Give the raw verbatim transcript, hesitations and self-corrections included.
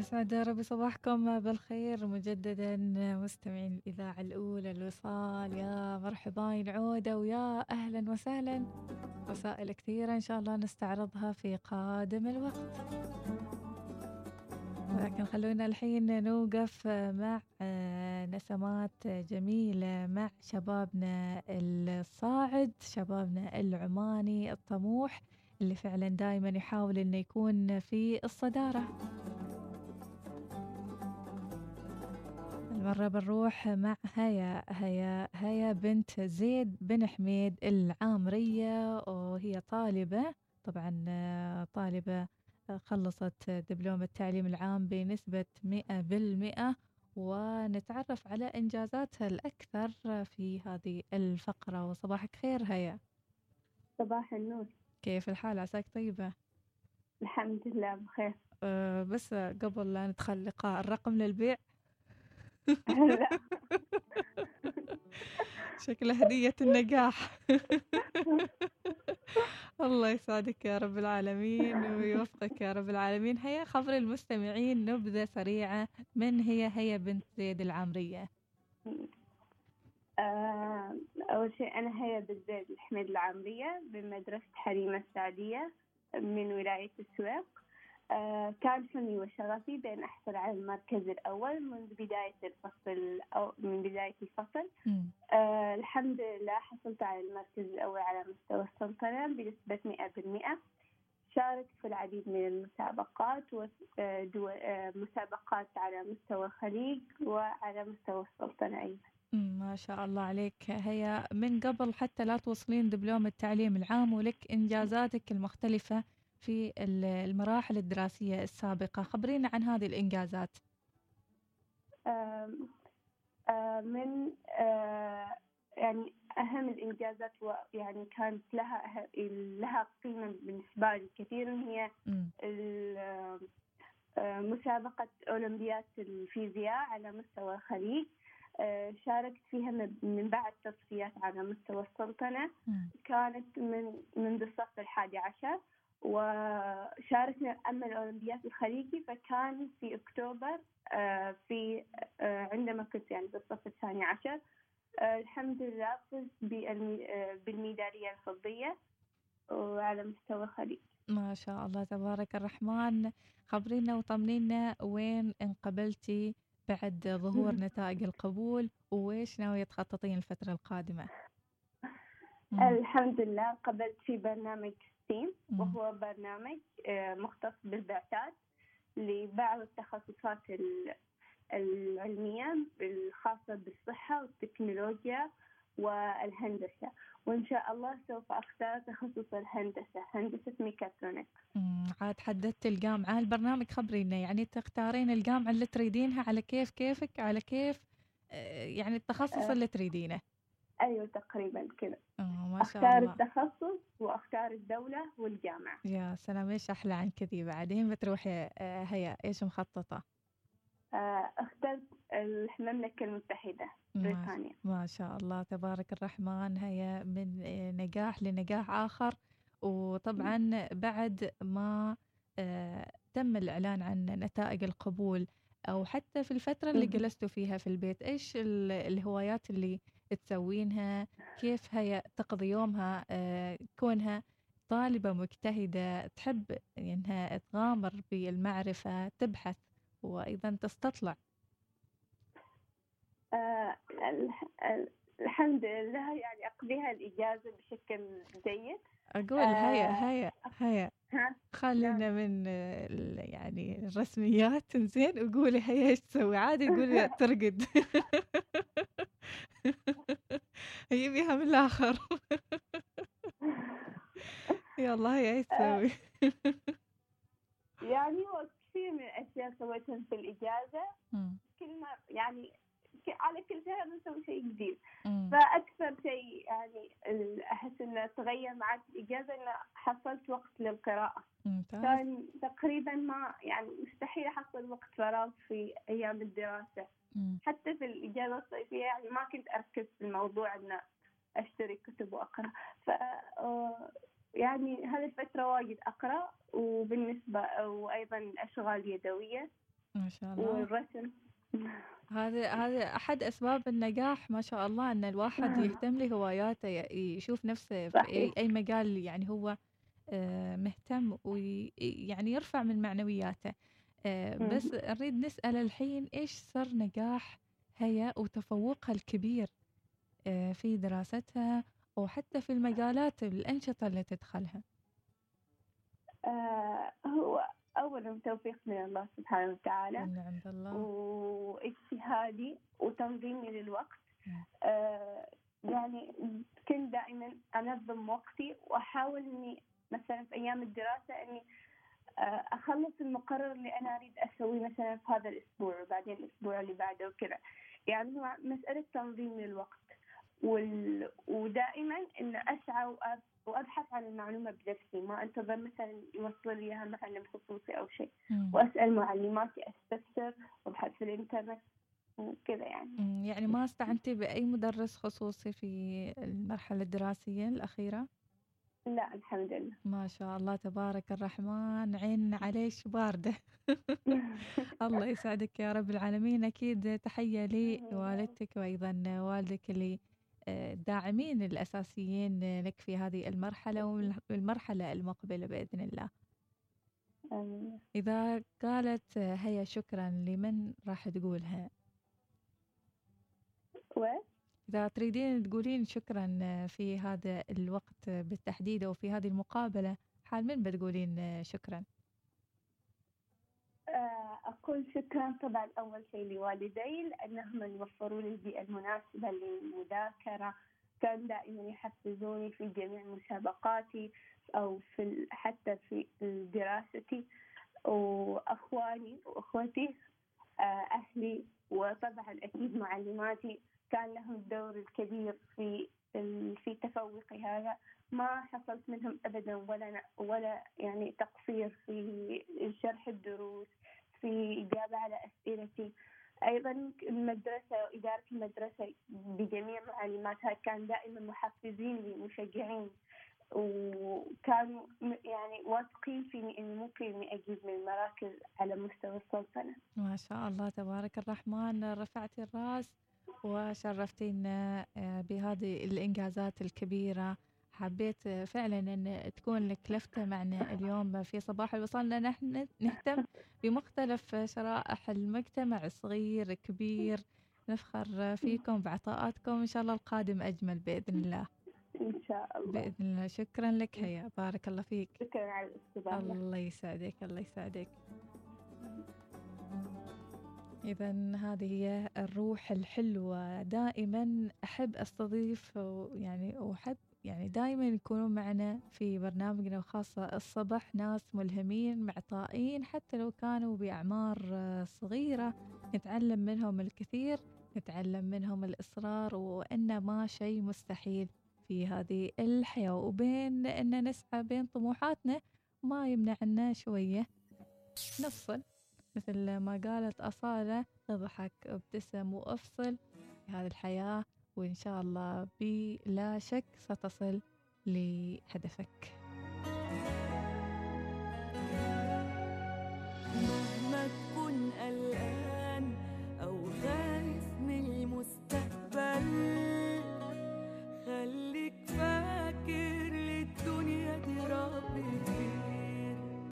يسعد يا رب صباحكم بالخير مجددا مستمعين الإذاعة الأولى الوصال، يا مرحبا العودة ويا أهلا وسهلا. رسائل كثيرة إن شاء الله نستعرضها في قادم الوقت، ولكن خلونا الحين نوقف مع نسمات جميلة مع شبابنا الصاعد، شبابنا العماني الطموح اللي فعلا دائما يحاول انه يكون في الصدارة. المرة بنروح مع هيا هيا هيا بنت زيد بن حميد العامرية، وهي طالبة طبعا آه، طالبة آه، خلصت دبلوم التعليم العام بنسبة مئة بالمئة، ونتعرف على إنجازاتها الأكثر في هذه الفقرة. وصباحك خير هيا، صباح النور. كيف الحال؟ عساك طيبة؟ الحمد لله بخير. أه بس قبل لا ندخل لقاء، الرقم للبيع؟ لا. شكله هدية النجاح. الله يسعدك يا رب العالمين ويوفقك يا رب العالمين. هيا خبر المستمعين نبذة سريعة، من هي هيا بنت زيد العامرية؟ آه، أول شيء أنا هيا بن زيد الحميد العامرية بمدرسة حريمة السعدية من ولاية السويق. آه، كان حلمي وشغفي بأن أحصل على المركز الأول منذ بداية الفصل أو من بداية الفصل. آه، الحمد لله حصلت على المركز الأول على مستوى السلطنة بنسبة مئة بالمئة. شاركت في العديد من المسابقات ومسابقات على مستوى الخليج وعلى مستوى السلطنة أيضا. ما شاء الله عليك. هيا من قبل حتى لا توصلين دبلوم التعليم العام ولك إنجازاتك المختلفة في ال- المراحل الدراسية السابقة، خبرينا عن هذه الإنجازات. آم، آه، من آه، يعني أهم الإنجازات ويعني كانت لها أه- لها قيمة بالنسبة لي كثيرا هي م. ال- آه، مسابقة أولمبياد الفيزياء على مستوى الخليج. آه، شاركت فيها من من بعد تصفيات على مستوى السلطنة. م. كانت من منذ الصف الحادي عشر، وشاركنا. أما الأولمبياد الخليجي فكان في أكتوبر، آه، في آه، عندما كنت يعني في الصف الثاني عشر. آه، الحمد لله فزت بالمي- آه، بالميدالية الفضية وعلى مستوى الخليج. ما شاء الله تبارك الرحمن. خبرينا وطمنينا وين انقبلتي بعد ظهور نتائج القبول، وإيش ناوية تخططين الفترة القادمة؟ مم. الحمد لله قبلت في برنامج ستيم، مم. وهو برنامج آه، مختص بالبعثات لبعض التخصصات ال- العلمية الخاصة بالصحة والتكنولوجيا والهندسة. وإن شاء الله سوف أختار تخصص الهندسة، هندسة ميكاترونكس. مم. عاد حددت الجامعة البرنامج؟ خبرينا، يعني تختارين الجامعة اللي تريدينها على كيف كيفك، على كيف آه، يعني التخصص آه، اللي تريدينه. أيوة تقريبا كذا. آه ما شاء أختار الله. التخصص وأختار الدولة والجامعة. يا سلام، ايش احلى عن كذي؟ بعدين بتروحي آه، هيا ايش مخططة؟ آه، اخترت المملكة المتحدة ما بريطانيا. ما شاء الله تبارك الرحمن. هيا من آه، نجاح لنجاح آخر. وطبعا بعد ما آه، تم الإعلان عن نتائج القبول، أو حتى في الفترة اللي جلستوا فيها في البيت، إيش ال- الهوايات اللي تسوينها؟ كيف هي تقضي يومها آه، كونها طالبة مجتهدة تحب إنها تغامر بالمعرفة، تبحث وأيضا تستطلع؟ آه، الح- ال- الحمد لله يعني أقضيها الإجازة بشكل جيد. أقول هيا آه، هيا هيا، ها. نعم. خلينا من آه، ال- يعني الرسميات، زين وقولي هيا ايش تسوي؟ عادي قولي ترقد. جيبيها من الآخر. يلا هيا ايش آه، تسوي؟ يعني هو كثير من الأشياء سويتها في الإجازة. مم. كل ما يعني ك- على كل شهر نسوي شيء جديد. مم. فأكثر شيء يعني ال- أحس إنه تغير معك الإجازة إنه حصلت وقت للقراءة. ممتاز. كان تقريبا ما يعني مستحيل أحصل وقت فراغ في أيام الدراسة. مم. حتى في الإجازة الصيفية يعني ما كنت أركز في الموضوع إن أشتري كتب وأقرأ. ف آه، يعني هذه الفترة واجد أقرأ، وبالنسبة وأيضا أشغال يدوية. ما شاء الله. والرسم. هذا هذا أحد أسباب النجاح ما شاء الله، إن الواحد يهتم لهواياته، ي يشوف نفسه في صحيح. أي أي مجال يعني هو آآ مهتم، وي يعني يرفع من معنوياته. آآ اهم. بس نريد نسأل الحين إيش سر نجاح هيا وتفوقها الكبير آآ في دراستها وحتى في المجالات الأنشطة اللي تدخلها؟ آآ هو أولًا توفيق من الله سبحانه وتعالى، من عند الله. واجتهادي وتنظيمي للوقت. إمم. آآ يعني كنت دائمًا أنظم وقتي وأحاول إني مثلًا في أيام الدراسة إني آآ أخلّص المقرر اللي أنا أريد أسويه مثلًا في هذا الأسبوع، وبعدين الأسبوع اللي بعده وكذا. يعني هو مسألة تنظيم للوقت، وال ودائمًا إن أسعى وأب وأبحث عن المعلومة بنفسي، ما أنتظر مثلًا يوصّل لي إياها معلم خصوصي أو شيء، إمم. وأسأل معلماتي، أستفسر وأبحث في الإنترنت وكذا يعني. إمم، يعني ما استعنتِ بأي مدرس خصوصي في المرحلة الدراسية الأخيرة؟ لأ الحمد لله. ما شاء الله تبارك الرحمن، عين عليش باردة. الله يسعدك يا رب العالمين. أكيد تحية لوالدتك وأيضًا والدك اللي آآ الداعمين الأساسيين لك في هذه المرحلة والح والمرحلة المقبلة بإذن الله. آمين. إذا قالت هيا شكرًا، لمن راح تقولها؟ و إذا تريدين تقولين شكرًا في هذا الوقت بالتحديد أو في هذه المقابلة، حال من بتقولين شكرًا؟ آآ أقول شكرًا طبعًا أول شيء لوالدي، لأنهم اللي وفروا لي البيئة المناسبة للمذاكرة، كانوا دائمًا يحفزوني في جميع مسابقاتي أو في ال حتى في دراستي، وأخواني وأخوتي، آآ أهلي، وطبعًا أكيد معلماتي كان لهم الدور الكبير في ال في تفوقي هذا. ما حصلت منهم أبدًا ولا ن ولا يعني تقصير في شرح الدروس، في إجابة على أسئلتي. أيضًا المدرسة وإدارة المدرسة بجميع معلماتها كان دائمًا محفزين لي مشجعين، وكانوا م يعني واثقين فيني إني ممكن إني أجيب من المراكز على مستوى السلطنة. ما شاء الله تبارك الرحمن، رفعتِ الراس وشرفتينا آآ بهذه الإنجازات الكبيرة. حبيت آه، فعلًا أن تكون لِك لفتة معنا اليوم في صباح الوصال، لأن نحن نهتم بمختلف شرائح المجتمع، صغير كبير، نفخر فيكم بعطاءاتكم، إن شاء الله القادم أجمل بإذن الله. إن شاء الله. بإذن الله. شكرًا لك هيا، بارك الله فيك. شكرًا على الاستضافة. الله يسعدك، الله يسعدك. إذا هذه هي الروح الحلوة. دائما أحب أستضيف و- يعني وأحب يعني دائما يكونون معنا في برنامجنا، وخاصة الصبح، ناس ملهمين معطائين حتى لو كانوا بأعمار آه، صغيرة. نتعلم منهم الكثير، نتعلم منهم الإصرار، وأن ما شيء مستحيل في هذه الحياة، وبين أن نسعى بين طموحاتنا ما يمنعنا شوية نفصل، مثل ما قالت أصالة: اضحك، ابتسم، وافصل في هذه الحياة، وإن شاء الله بلا شك ستصل لهدفك.